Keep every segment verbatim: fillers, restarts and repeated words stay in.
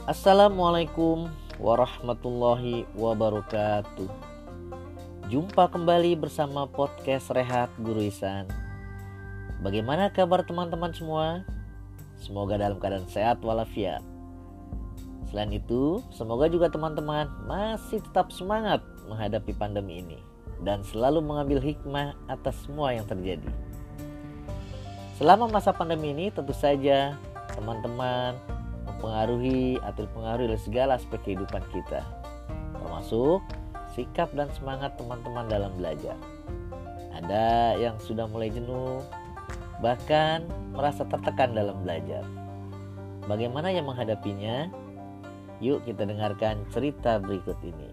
Assalamualaikum warahmatullahi wabarakatuh. Jumpa kembali bersama podcast Rehat Guru Ihsan. Bagaimana kabar teman-teman semua? Semoga dalam keadaan sehat walafiat. Selain itu, semoga juga teman-teman masih tetap semangat menghadapi pandemi ini dan selalu mengambil hikmah atas semua yang terjadi. Selama masa pandemi ini tentu saja teman-teman mempengaruhi atau dipengaruhi oleh segala aspek kehidupan kita, termasuk sikap dan semangat teman-teman dalam belajar. Ada yang sudah mulai jenuh, bahkan merasa tertekan dalam belajar. Bagaimana yang menghadapinya? Yuk kita dengarkan cerita berikut ini.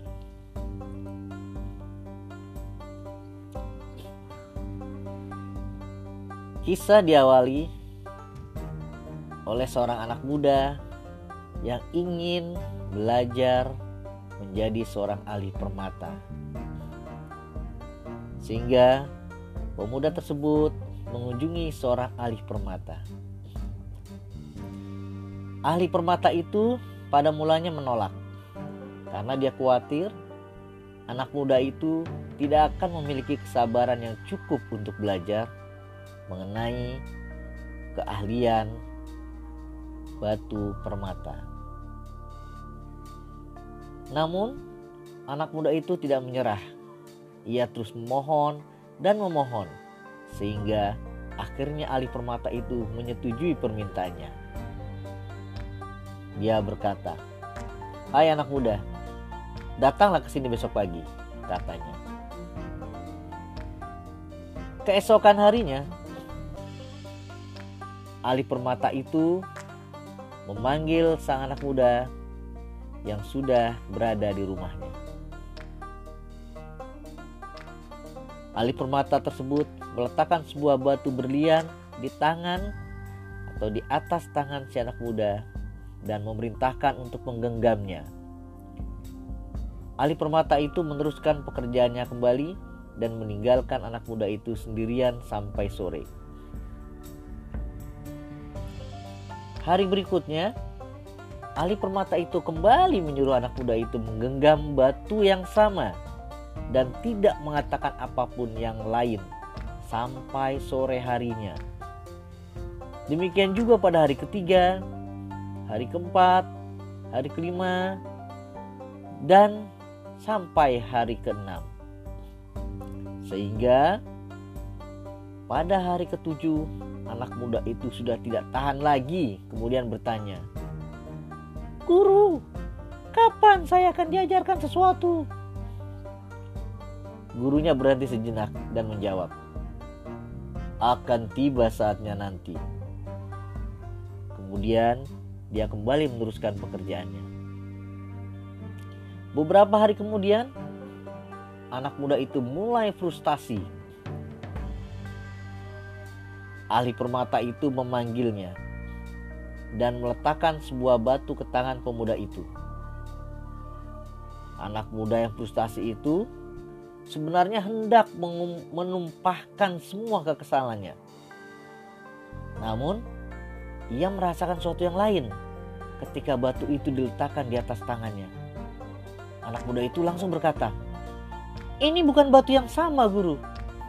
Kisah diawali oleh seorang anak muda yang ingin belajar menjadi seorang ahli permata. Sehingga pemuda tersebut mengunjungi seorang ahli permata. Ahli permata itu pada mulanya menolak karena dia khawatir anak muda itu tidak akan memiliki kesabaran yang cukup untuk belajar mengenai keahlian batu permata. Namun anak muda itu tidak menyerah. Ia terus memohon dan memohon sehingga akhirnya ahli permata itu menyetujui permintaannya. Dia berkata, "Hai anak muda, datanglah ke sini besok pagi," katanya. Keesokan harinya, ahli permata itu memanggil sang anak muda yang sudah berada di rumahnya. Ahli permata tersebut meletakkan sebuah batu berlian di tangan atau di atas tangan si anak muda dan memerintahkan untuk menggenggamnya. Ahli permata itu meneruskan pekerjaannya kembali dan meninggalkan anak muda itu sendirian sampai sore. Hari berikutnya, ahli permata itu kembali menyuruh anak muda itu menggenggam batu yang sama dan tidak mengatakan apapun yang lain sampai sore harinya. Demikian juga pada hari ketiga, hari keempat, hari kelima, dan sampai hari keenam. Sehingga pada hari ketujuh, anak muda itu sudah tidak tahan lagi, kemudian bertanya, "Guru, kapan saya akan diajarkan sesuatu?" Gurunya berhenti sejenak dan menjawab, "Akan tiba saatnya nanti." Kemudian dia kembali meneruskan pekerjaannya. Beberapa hari kemudian, anak muda itu mulai frustasi. Ahli permata itu memanggilnya dan meletakkan sebuah batu ke tangan pemuda itu. Anak muda yang frustasi itu sebenarnya hendak menumpahkan semua kekesalannya. Namun, ia merasakan sesuatu yang lain ketika batu itu diletakkan di atas tangannya. Anak muda itu langsung berkata, "Ini bukan batu yang sama, guru."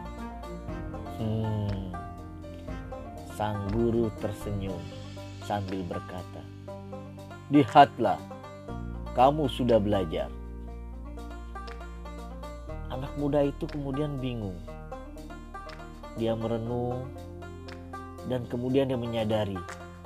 Hmm. Sang guru tersenyum sambil berkata, "Lihatlah, kamu sudah belajar." Anak muda itu kemudian bingung. Dia merenung dan kemudian dia menyadari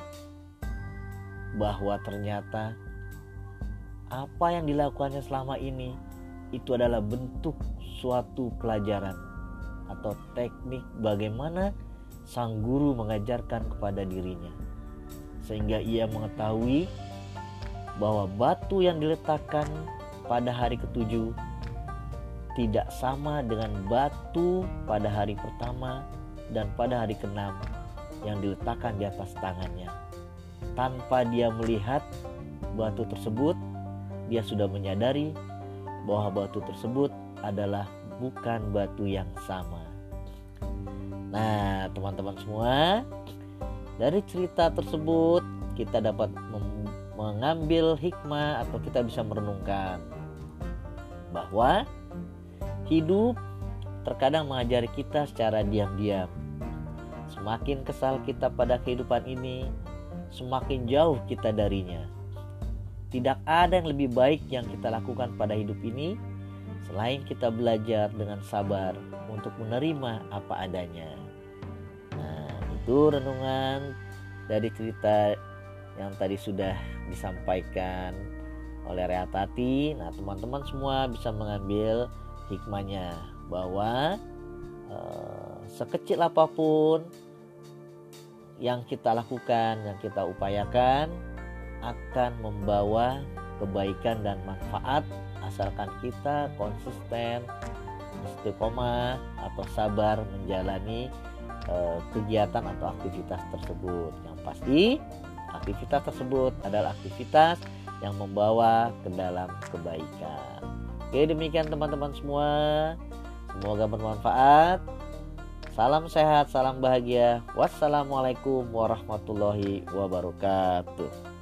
bahwa ternyata apa yang dilakukannya selama ini itu adalah bentuk suatu pelajaran atau teknik bagaimana sang guru mengajarkan kepada dirinya, sehingga ia mengetahui bahwa batu yang diletakkan pada hari ketujuh tidak sama dengan batu pada hari pertama dan pada hari keenam yang diletakkan di atas tangannya. Tanpa dia melihat batu tersebut, dia sudah menyadari bahwa batu tersebut adalah bukan batu yang sama. Nah, teman-teman semua, dari cerita tersebut kita dapat mengambil hikmah atau kita bisa merenungkan bahwa hidup terkadang mengajari kita secara diam-diam. Semakin kesal kita pada kehidupan ini, semakin jauh kita darinya. Tidak ada yang lebih baik yang kita lakukan pada hidup ini selain kita belajar dengan sabar untuk menerima apa adanya. Nah, itu renungan dari cerita yang tadi sudah disampaikan oleh Rehat Hati. Nah, teman-teman semua bisa mengambil hikmahnya bahwa eh, sekecil apapun yang kita lakukan, yang kita upayakan akan membawa kebaikan dan manfaat asalkan kita konsisten, istiqomah atau sabar menjalani eh, kegiatan atau aktivitas tersebut. Yang pasti aktivitas tersebut adalah aktivitas yang membawa ke dalam kebaikan. Oke, demikian teman-teman semua. Semoga bermanfaat. Salam sehat, salam bahagia. Wassalamualaikum warahmatullahi wabarakatuh.